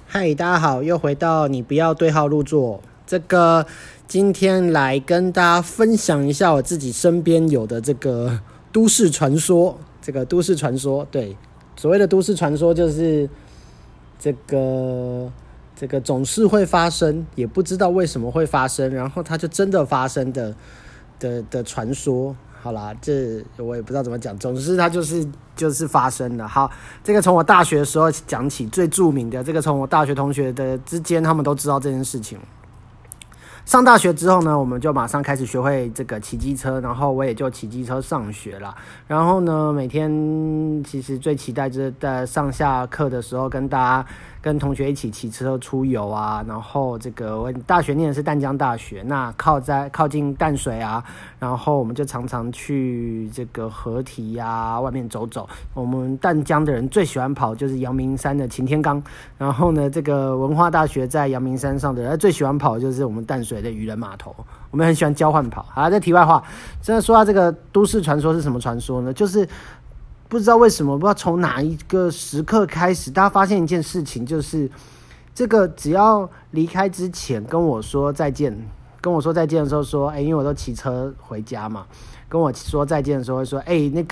嗨，大家好，又回到你不要对号入座。今天来跟大家分享一下我自己身边有的这个都市传说。对，所谓的都市传说就是这个总是会发生，也不知道为什么会发生，然后它就真的发生的传说。好啦，这我也不知道怎么讲，总之它就是发生了。好，这个从我大学的时候讲起，最著名的这个从我大学同学的之间，他们都知道这件事情。上大学之后呢，我们就马上开始学会这个骑机车，然后我也就骑机车上学啦。然后呢，每天其实最期待就是在上下课的时候跟同学一起骑车出游啊。然后我大学念的是淡江大学，那靠近淡水啊，然后我们就常常去这个河堤啊外面走走。我们淡江的人最喜欢跑就是阳明山的擎天岗，然后呢，这个文化大学在阳明山上的人最喜欢跑就是我们淡水的渔人码头，我们很喜欢交换跑。好，这题外话，真的说到这个都市传说是什么传说呢？就是不知道为什么，不知道从哪一个时刻开始，大家发现一件事情，就是这个只要离开之前跟我说再见的时候说，因为我都骑车回家嘛，跟我说再见的时候会说，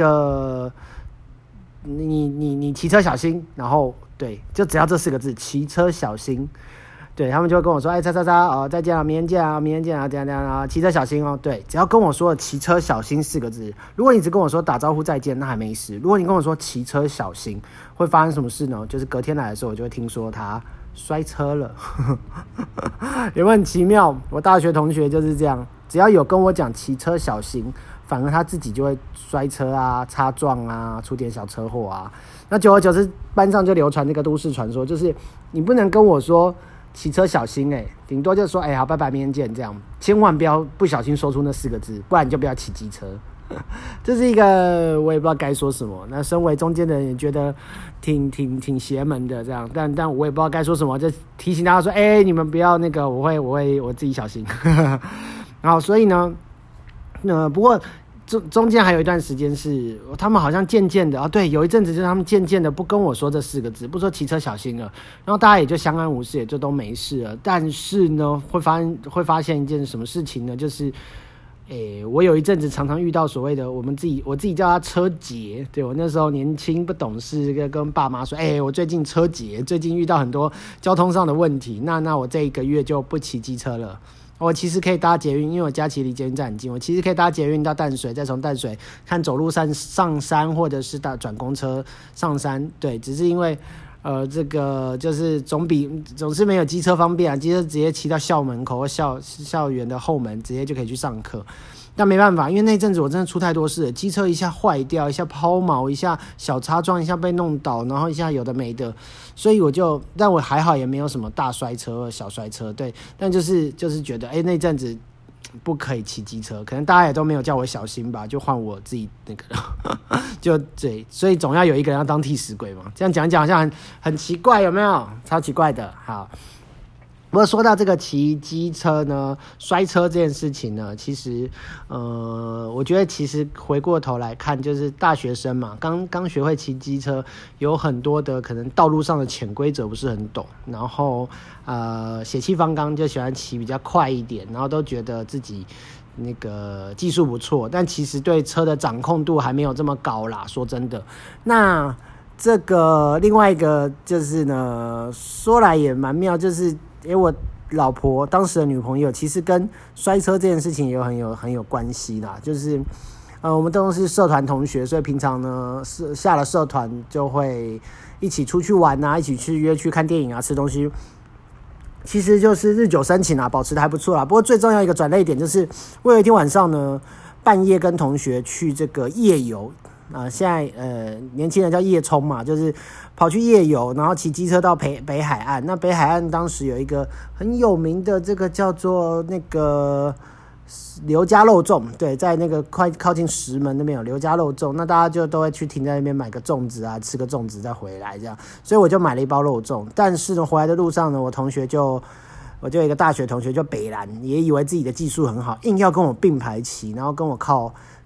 你骑车小心，然后对，就只要这4个字，骑车小心。对，他们就会跟我说，再见啊，明天见啊，这样啊，骑车小心哦。对，只要跟我说骑车小心4个字，如果你只跟我说打招呼再见，那还没事。如果你跟我说骑车小心，会发生什么事呢？就是隔天来的时候，我就会听说他摔车了。有没有很奇妙？我大学同学就是这样，只要有跟我讲骑车小心，反而他自己就会摔车啊、擦撞啊、出点小车祸啊。那久而久之，班上就流传这个都市传说，就是你不能跟我说骑车小心，顶多就说好，拜拜，明天见，这样千万不小心说出那4个字，不然你就不要骑机车。这是一个我也不知道该说什么。那身为中间的人也觉得挺邪门的这样，但我也不知道该说什么，就提醒大家说，你们不要那个，我自己小心。然后所以呢，不过中间还有一段时间是他们好像渐渐的对，有一阵子就是他们渐渐的不跟我说这4个字，不说骑车小心了，然后大家也就相安无事，也就都没事了。但是呢，会发现一件什么事情呢？就是我有一阵子常常遇到所谓的我自己叫他车劫。对，我那时候年轻不懂事，跟爸妈说，我最近车劫，最近遇到很多交通上的问题，那我这1个月就不骑机车了。我其实可以搭捷运，因为我家其实离捷运站很近，我其实可以搭捷运到淡水，再从淡水看走路上山，或者是转公车上山。对，只是因为这个就是总是没有机车方便啊，机车直接骑到校门口或校园的后门，直接就可以去上课。但没办法，因为那阵子我真的出太多事了，机车一下坏掉，一下抛锚，一下小擦撞，一下被弄倒，然后一下有的没的，所以但我还好，也没有什么大摔车或小摔车，对，但就是觉得那阵子不可以骑机车，可能大家也都没有叫我小心吧，就换我自己那个就对，所以总要有一个人要当替死鬼嘛，这样讲一讲好像很奇怪，有没有？超奇怪的。好，不过说到这个骑机车呢，摔车这件事情呢，其实我觉得其实回过头来看，就是大学生嘛，刚学会骑机车，有很多的可能道路上的潜规则不是很懂，然后血气方刚，就喜欢骑比较快一点，然后都觉得自己那个技术不错，但其实对车的掌控度还没有这么高啦，说真的。那这个另外一个就是呢，说来也蛮妙，就是我老婆当时的女朋友其实跟摔车这件事情也很有关系啦，就是我们都是社团同学，所以平常呢下了社团就会一起出去玩啊，一起去约去看电影啊，吃东西，其实就是日久生情啊，保持的还不错啦。不过最重要一个转捩点就是我有一天晚上呢，半夜跟同学去这个夜游。现在年轻人叫夜冲嘛，就是跑去夜游，然后骑机车到北海岸。那北海岸当时有一个很有名的这个叫做那个刘家肉粽，对，在那个快靠近石门那边有刘家肉粽，那大家就都会去停在那边买个粽子啊，吃个粽子再回来这样。所以我就买了一包肉粽，但是呢，回来的路上呢，我就有一个大学同学就北兰，也以为自己的技术很好，硬要跟我并排骑，然后跟我靠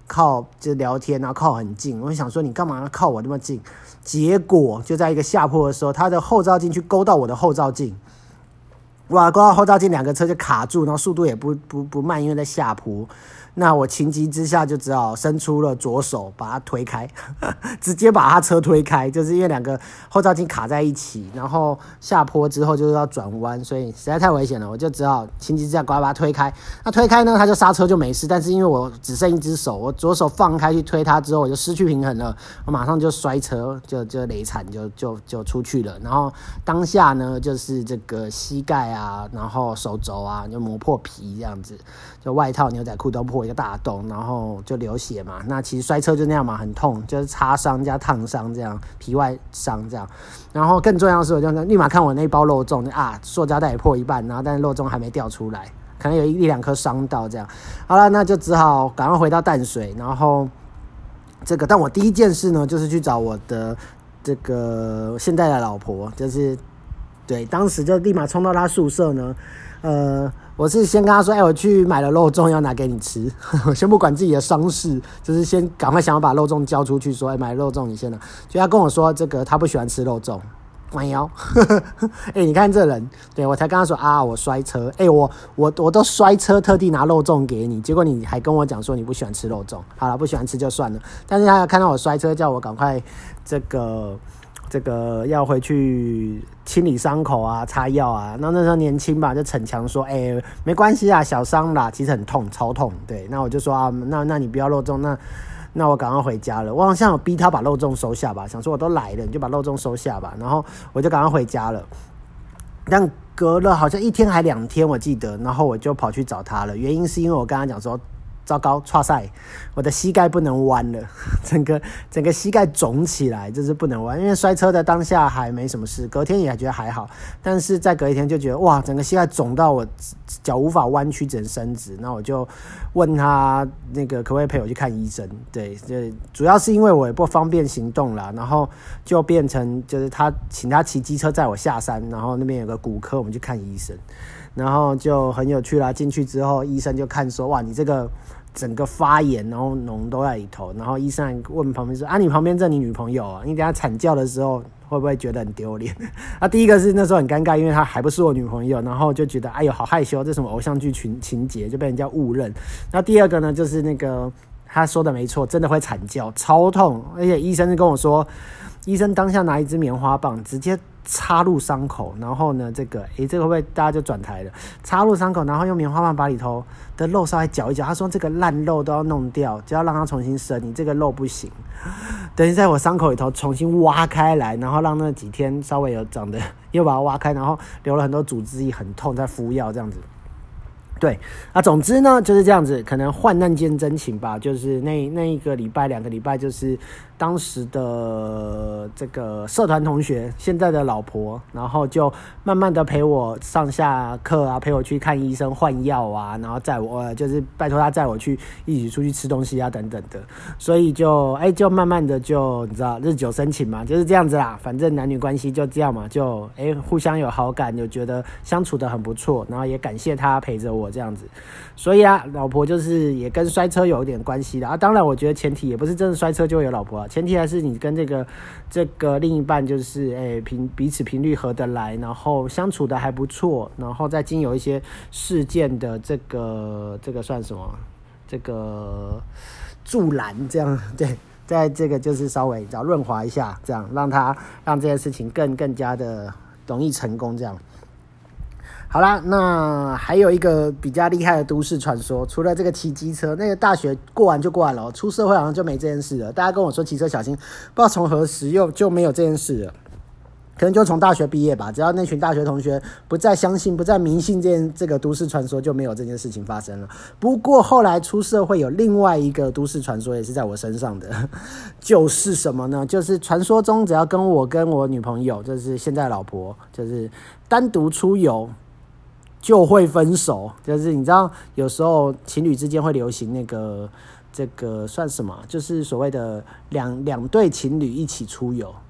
就聊天，然后靠很近。我就想说你干嘛要靠我那么近？结果就在一个下坡的时候，他的后照镜去勾到我的后照镜，哇，勾到后照镜，两个车就卡住，然后速度也不慢，因为在下坡。那我情急之下就只好伸出了左手把它推开，直接把他车推开，就是因为两个后照镜卡在一起，然后下坡之后就是要转弯，所以实在太危险了，我就只好情急之下赶快把它推开。那推开呢，他就刹车就没事，但是因为我只剩一只手，我左手放开去推他之后，我就失去平衡了，我马上就摔车，就累惨，就出去了。然后当下呢，就是这个膝盖啊，然后手肘啊，就磨破皮这样子，就外套牛仔裤都破一个大洞，然后就流血嘛。那其实摔车就那样嘛，很痛，就是擦伤加烫伤这样，皮外伤这样。然后更重要的是，我就立马看我那包肉粽啊，塑胶袋也破一半，然后但是肉粽还没掉出来，可能有一两颗伤到这样。好了，那就只好赶快回到淡水，然后但我第一件事呢，就是去找我的这个现在的老婆，就是对，当时就立马冲到她宿舍呢，我是先跟他说，我去买了肉粽要拿给你吃，我先不管自己的伤势，就是先赶快想要把肉粽交出去，说，买肉粽你先拿。就他跟我说，这个他不喜欢吃肉粽，弯腰，你看这人，对我才跟他说啊，我摔车，我都摔车，特地拿肉粽给你，结果你还跟我讲说你不喜欢吃肉粽，好了，不喜欢吃就算了，但是他看到我摔车，叫我赶快这个要回去清理伤口啊，擦药啊。那时候年轻吧，就逞强说，没关系啊，小伤啦，其实很痛，超痛。对，那我就说啊，那你不要肉粽，那我赶快回家了。我好像有逼他把肉粽收下吧，想说我都来了，你就把肉粽收下吧。然后我就赶快回家了。但隔了好像1天还2天，我记得，然后我就跑去找他了。原因是因为我跟他讲说，糟糕，剉赛，我的膝盖不能弯了，整个膝盖肿起来，就是不能弯。因为摔车的当下还没什么事，隔天也觉得还好，但是再隔一天就觉得哇，整个膝盖肿到我脚无法弯曲，只能伸直。那我就问他那个可不可以陪我去看医生？对，主要是因为我也不方便行动啦，然后就变成就是请他骑机车载我下山，然后那边有个骨科，我们去看医生。然后就很有趣啦，进去之后医生就看说，哇，你这个整个发炎，然后脓都在里头。然后医生还问旁边说，你旁边这你女朋友啊？你等一下惨叫的时候会不会觉得很丢脸？第一个是那时候很尴尬，因为她还不是我女朋友，然后就觉得哎呦好害羞，这什么偶像剧情节，就被人家误认。那第二个呢，就是那个他说的没错，真的会惨叫，超痛。而且医生就跟我说，医生当下拿一支棉花棒直接插入伤口，然后呢，这个会不会大家就转台了？插入伤口，然后用棉花棒把里头的肉稍微搅一搅。他说这个烂肉都要弄掉，就要让它重新生，你这个肉不行。等于在我伤口里头重新挖开来，然后让那几天稍微有长的又把它挖开，然后留了很多组织液，很痛，再敷药这样子。对总之呢就是这样子，可能患难见真情吧。就是那一个礼拜2个礼拜，就是当时的这个社团同学，现在的老婆，然后就慢慢的陪我上下课啊，陪我去看医生换药啊，然后载我就是拜托他载我去一起出去吃东西啊等等的。所以就慢慢的就你知道日久生情嘛，就是这样子啦。反正男女关系就这样嘛，就互相有好感，就觉得相处得很不错，然后也感谢他陪着我这样子。所以老婆就是也跟摔车有一点关系的当然我觉得前提也不是真的摔车就会有老婆前提还是你跟这个另一半就是彼此频率合得来，然后相处的还不错，然后再经有一些事件的这个算什么？这个助燃这样对。在这个就是稍微只要润滑一下，这样让这件事情更加的容易成功这样。好啦，那还有一个比较厉害的都市传说，除了这个骑机车，那个大学过完就过完了，出社会好像就没这件事了。大家跟我说骑车小心，不知道从何时就没有这件事了。可能就从大学毕业吧，只要那群大学同学不再相信、不再迷信这个都市传说，就没有这件事情发生了。不过后来出社会有另外一个都市传说也是在我身上的，就是什么呢？就是传说中只要跟我女朋友，就是现在老婆，就是单独出游就会分手。就是你知道有时候情侣之间会流行这个算什么？就是所谓的两对情侣一起出游。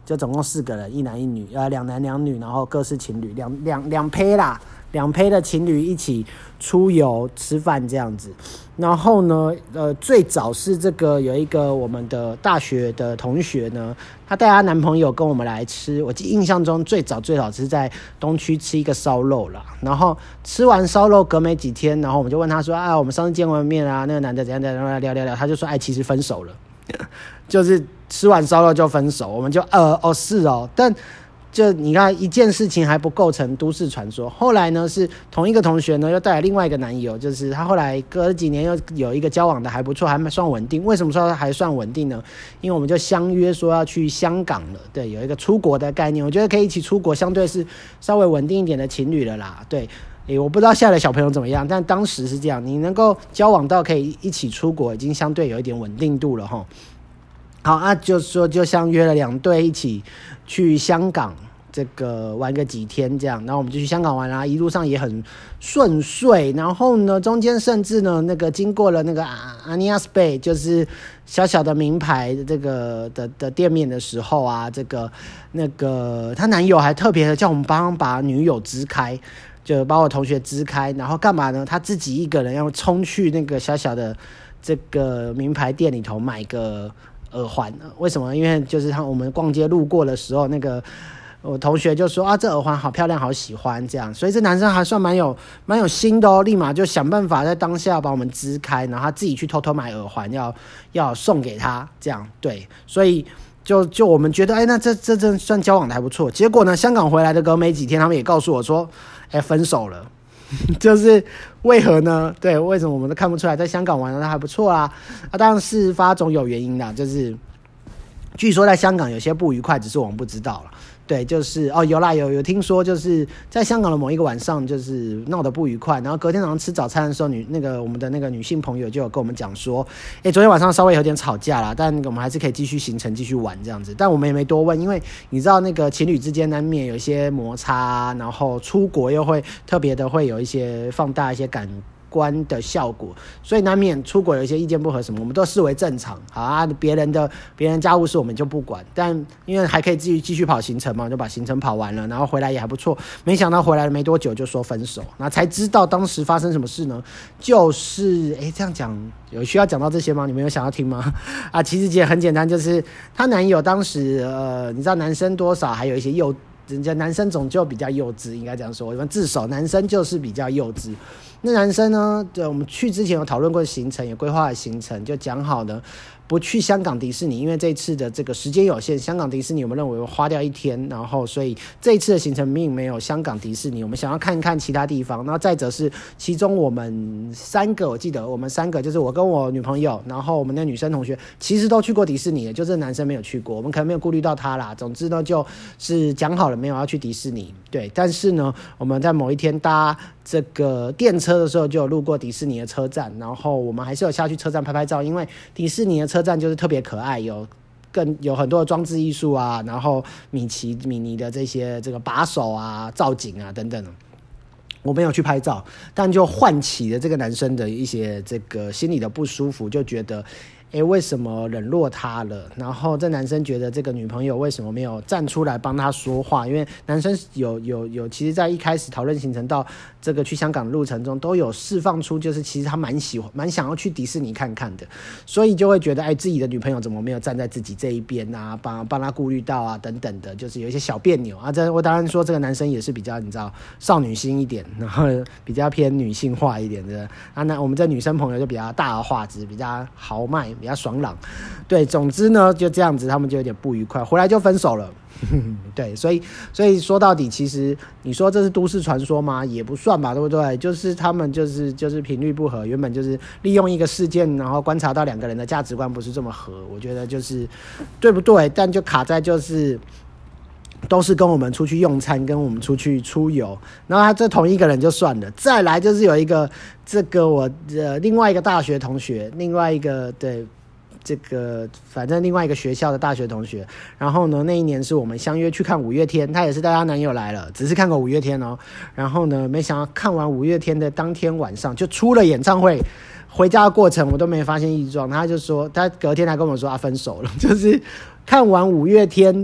就总共4个人，一男一女，2男2女，然后各是情侣，两胚啦，2胚的情侣一起出游吃饭这样子。然后呢，最早是这个有一个我们的大学的同学呢，她带她男朋友跟我们来吃，我印象中最早是在东区吃一个烧肉啦。然后吃完烧肉隔没几天，然后我们就问他说啊，我们上次见完面啊，那个男的怎样怎样聊，他就说哎，其实分手了，就是吃完烧肉就分手。我们就是哦，但就你看一件事情还不构成都市传说。后来呢，是同一个同学呢又带来另外一个男友，就是他后来隔几年又有一个交往的还不错，还算稳定。为什么说还算稳定呢？因为我们就相约说要去香港了，对，有一个出国的概念，我觉得可以一起出国，相对是稍微稳定一点的情侣了啦，对。我不知道现在的小朋友怎么样，但当时是这样，你能够交往到可以一起出国，已经相对有一点稳定度了齁。好啊，就相约了2对一起去香港这个玩个几天这样，然后我们就去香港玩啦，一路上也很顺遂。然后呢，中间甚至呢那个经过了那个Anias Bay， 就是小小的名牌这个的店面的时候啊，那个她男友还特别的叫我们帮把女友支开。就把我同学支开，然后干嘛呢？他自己一个人要冲去那个小小的这个名牌店里头买个耳环。为什么？因为就是我们逛街路过的时候，那个我同学就说啊，这耳环好漂亮，好喜欢这样。所以这男生还算蛮有心的哦，立马就想办法在当下把我们支开，然后他自己去偷偷买耳环要送给他这样。对，所以就我们觉得那这真算交往的还不错。结果呢，香港回来的隔没几天，他们也告诉我说分手了。就是为何呢？对，为什么我们都看不出来？在香港玩的还不错啊。当然事发总有原因啦，就是据说在香港有些不愉快，只是我们不知道了。对，就是有听说，就是在香港的某一个晚上，就是闹得不愉快，然后隔天早上吃早餐的时候，我们的那个女性朋友就有跟我们讲说，昨天晚上稍微有点吵架啦，但我们还是可以继续行程继续玩这样子。但我们也没多问，因为你知道那个情侣之间难免有一些摩擦，然后出国又会特别的会有一些放大一些感观的效果，所以难免出国有一些意见不合什么，我们都视为正常。好啊，别人家务事我们就不管，但因为还可以继续跑行程嘛，就把行程跑完了，然后回来也还不错。没想到回来了没多久就说分手，那才知道当时发生什么事呢？就是这样讲有需要讲到这些吗？你们有想要听吗？其实也很简单，就是她男友当时你知道男生多少还有一些人家男生总就比较幼稚，应该这样说。我们自首，男生就是比较幼稚。那男生呢？对，我们去之前有讨论过行程，有规划的行程，就讲好的不去香港迪士尼，因为这一次的这个时间有限，香港迪士尼我们认为会花掉1天，然后所以这一次的行程并没有香港迪士尼，我们想要看看其他地方。然后再者是其中我们3个，我记得我们3个就是我跟我女朋友，然后我们的女生同学其实都去过迪士尼的，就这男生没有去过，我们可能没有顾虑到他啦。总之呢，就是讲好了没有要去迪士尼，对。但是呢，我们在某一天搭这个电车的时候就有路过迪士尼的车站，然后我们还是有下去车站拍拍照，因为迪士尼的车站就是特别可爱，有很多的装置艺术啊，然后米妮的这个把手啊、造景啊等等的。我没有去拍照，但就唤起了这个男生的一些这个心里的不舒服，就觉得为什么冷落他了？然后这男生觉得这个女朋友为什么没有站出来帮他说话？因为男生有，其实在一开始讨论行程到这个去香港的路程中，都有释放出就是其实他蛮想要去迪士尼看看的，所以就会觉得自己的女朋友怎么没有站在自己这一边啊，帮他顾虑到啊等等的，就是有一些小别扭啊。我当然说这个男生也是比较你知道少女心一点，然后比较偏女性化一点的啊。那我们这女生朋友就比较大而化之，比较豪迈。比较爽朗，对，总之呢就这样子，他们就有点不愉快，回来就分手了。对，所以说到底，其实你说这是都市传说吗？也不算吧，对不对？就是他们就是频率不合，原本就是利用一个事件，然后观察到2个人的价值观不是这么合，我觉得就是对不对？但就卡在就是都是跟我们出去用餐，跟我们出去出游，然后他这同一个人就算了。再来就是有一个这个我另外一个大学同学，另外一个对这个反正另外一个学校的大学同学，然后呢那一年是我们相约去看5月天，她也是带她男友来了，只是看过5月天哦。然后呢没想到看完5月天的当天晚上就出了演唱会，回家的过程我都没发现异状，他就说他隔天还跟我说分手了，就是看完5月天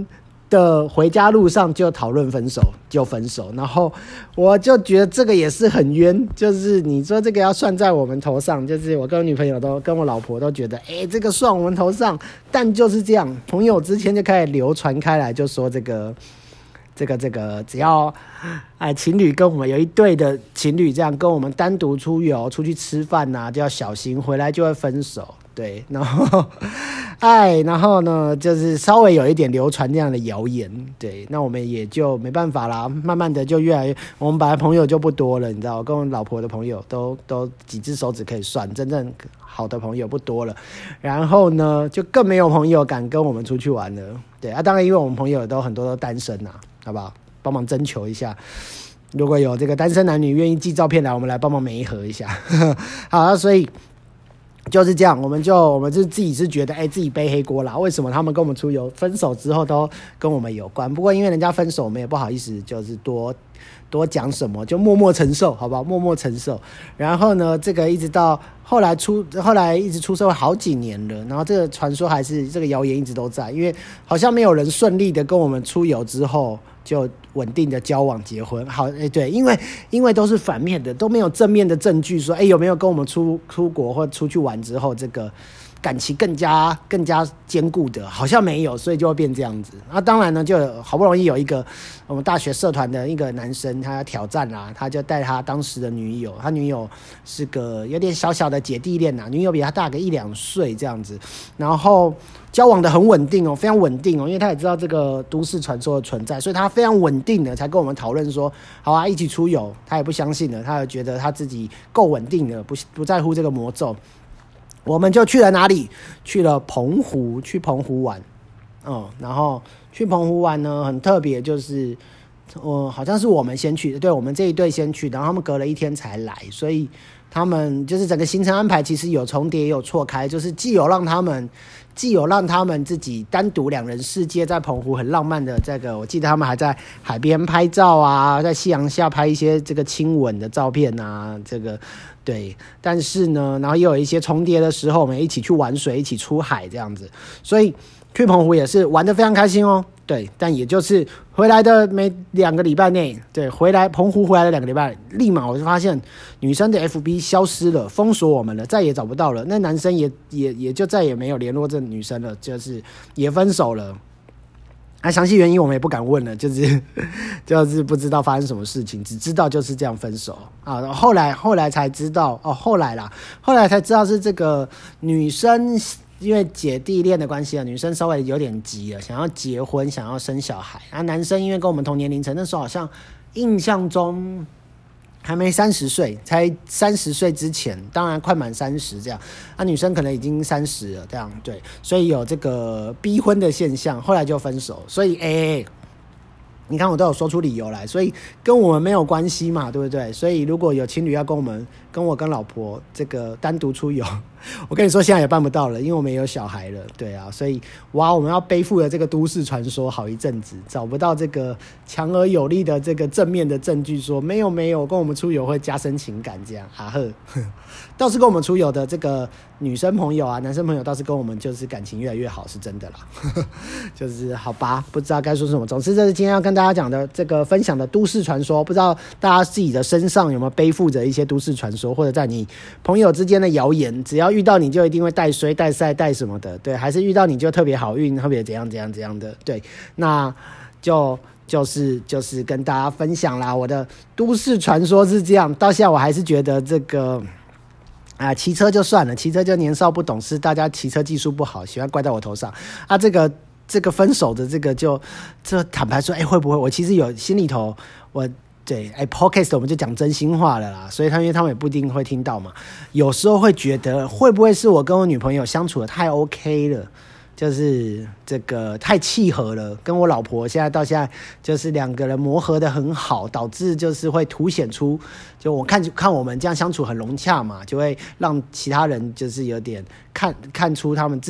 的回家路上就讨论分手，然后我就觉得这个也是很冤，就是你说这个要算在我们头上，就是我跟我女朋友都跟我老婆都觉得，这个算我们头上，但就是这样，朋友之间就开始流传开来，就说这个只要情侣跟我们有一对的情侣这样跟我们单独出游出去吃饭啊，就要小心，回来就会分手。对，然后呢，就是稍微有一点流传这样的谣言，对，那我们也就没办法啦，慢慢的就越来越，我们本来朋友就不多了，你知道，我跟我老婆的朋友都几只手指可以算，真正好的朋友不多了，然后呢，就更没有朋友敢跟我们出去玩了，对当然因为我们朋友都很多都单身啊，好不好？帮忙征求一下。如果有这个单身男女愿意寄照片来，我们来帮忙媒合一下。好，所以就是这样，我们就自己是觉得，自己背黑锅啦。为什么他们跟我们出游分手之后都跟我们有关？不过因为人家分手，我们也不好意思，就是多讲什么，就默默承受，好不好？默默承受。然后呢，这个一直到后来一直出社会好几年了，然后这个传说还是这个谣言一直都在，因为好像没有人顺利的跟我们出游之后就稳定的交往结婚。好，对，因为都是反面的，都没有正面的证据说，有没有跟我们出国或出去玩之后这个感情更加坚固的，好像没有，所以就会变这样子。那当然呢，就好不容易有一个我们大学社团的一个男生，他要挑战啦，他就带他当时的女友，他女友是个有点小小的姐弟恋女友比他大个1-2岁这样子，然后交往的很稳定非常稳定因为他也知道这个都市传说的存在，所以他非常稳定的才跟我们讨论说，好啊，一起出游，他也不相信了，他也觉得他自己够稳定了，不在乎这个魔咒。我们就去了哪里？去了澎湖，去澎湖玩。然后去澎湖玩呢，很特别，就是好像是我们先去的，对，我们这一队先去，然后他们隔了1天才来，所以他们就是整个行程安排其实有重叠也有错开，就是既有让他们自己单独2人世界，在澎湖很浪漫的这个，我记得他们还在海边拍照啊，在夕阳下拍一些这个亲吻的照片啊，这个对，但是呢，然后也有一些重叠的时候，我们一起去玩水，一起出海这样子，所以去澎湖也是玩得非常开心对，但也就是回来的没2个礼拜内，对，澎湖回来的2个礼拜，立马我就发现女生的 FB 消失了，封锁我们了，再也找不到了。那男生也就再也没有联络这女生了，就是也分手了。详细原因我们也不敢问了，就是不知道发生什么事情，只知道就是这样分手啊。后来才知道后来才知道是这个女生因为姐弟恋的关系女生稍微有点急了，想要结婚，想要生小孩。男生因为跟我们同年龄层，那时候好像印象中还没30岁，才30岁之前，当然快满30这样。女生可能已经30了，这样对，所以有这个逼婚的现象，后来就分手。所以你看我都有说出理由来，所以跟我们没有关系嘛，对不对？所以如果有情侣要跟我跟老婆这个单独出游，我跟你说现在也办不到了，因为我们也有小孩了，对啊，所以我们要背负了这个都市传说好一阵子，找不到这个强而有力的这个正面的证据说没有跟我们出游会加深情感这样倒是跟我们出游的这个女生朋友男生朋友倒是跟我们就是感情越来越好，是真的啦就是好吧，不知道该说什么。总之这是今天要跟大家讲的这个分享的都市传说，不知道大家自己的身上有没有背负着一些都市传说，或者在你朋友之间的谣言，只要遇到你就一定会带衰带赛带什么的，对，还是遇到你就特别好运，特别怎样的，对，那就是跟大家分享啦，我的都市传说是这样。到现在我还是觉得这个骑车就算了，骑车就年少不懂事，大家骑车技术不好，喜欢怪到我头上这个分手的这坦白说会不会我其实有心里头对podcast 我们就讲真心话了啦，所以因为他们也不一定会听到嘛，有时候会觉得会不会是我跟我女朋友相处的太 OK 了，就是这个太契合了，跟我老婆到现在就是2个人磨合的很好，导致就是会凸显出，就我看我们这样相处很融洽嘛，就会让其他人就是有点看出他们自己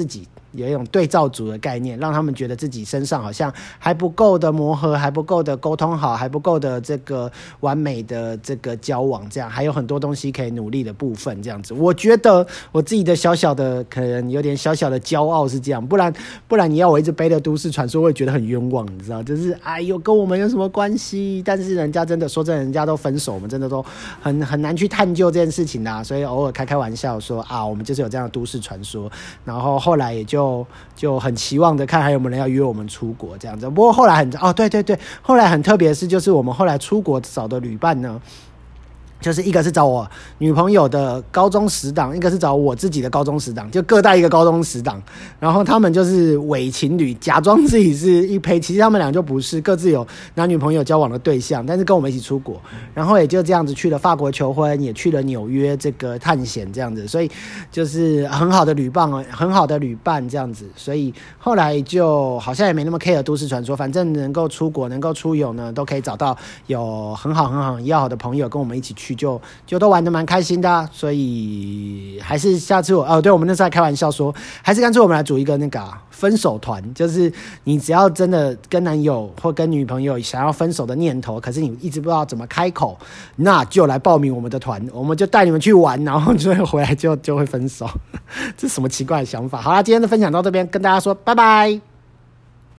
对照组的概念，让他们觉得自己身上好像还不够的磨合，还不够的沟通好，还不够的这个完美的这个交往，这样还有很多东西可以努力的部分，这样子。我觉得我自己的小小的可能有点小小的骄傲是这样，不然你要我一直背的都市传说，我也觉得很冤枉，你知道，就是哎呦跟我们有什么关系？但是人家真的说真的，人家都分手，我们真的都很难去探究这件事情啦，所以偶尔开玩笑说啊，我们就是有这样的都市传说，然后后来也就很期望的看还有没有人要约我们出国这样子。不过后来对，后来很特别的是，就是我们后来出国找的旅伴呢，就是一个是找我女朋友的高中死党，一个是找我自己的高中死党，就各带一个高中死党，然后他们就是伪情侣，假装自己是一胚，其实他们俩就不是，各自有男女朋友交往的对象，但是跟我们一起出国，然后也就这样子去了法国求婚，也去了纽约这个探险这样子，所以就是很好的旅伴这样子，所以后来就好像也没那么 care 都市传说，反正能够出国能够出游呢，都可以找到有很好要好的朋友跟我们一起去，就都玩得蛮开心的啊，所以还是下次对，我们那时候还开玩笑说，还是干脆我们来组一个那个分手团，就是你只要真的跟男友或跟女朋友想要分手的念头，可是你一直不知道怎么开口，那就来报名我们的团，我们就带你们去玩，然后最后回来就会分手，这是什么奇怪的想法？好啦，今天的分享到这边，跟大家说拜拜。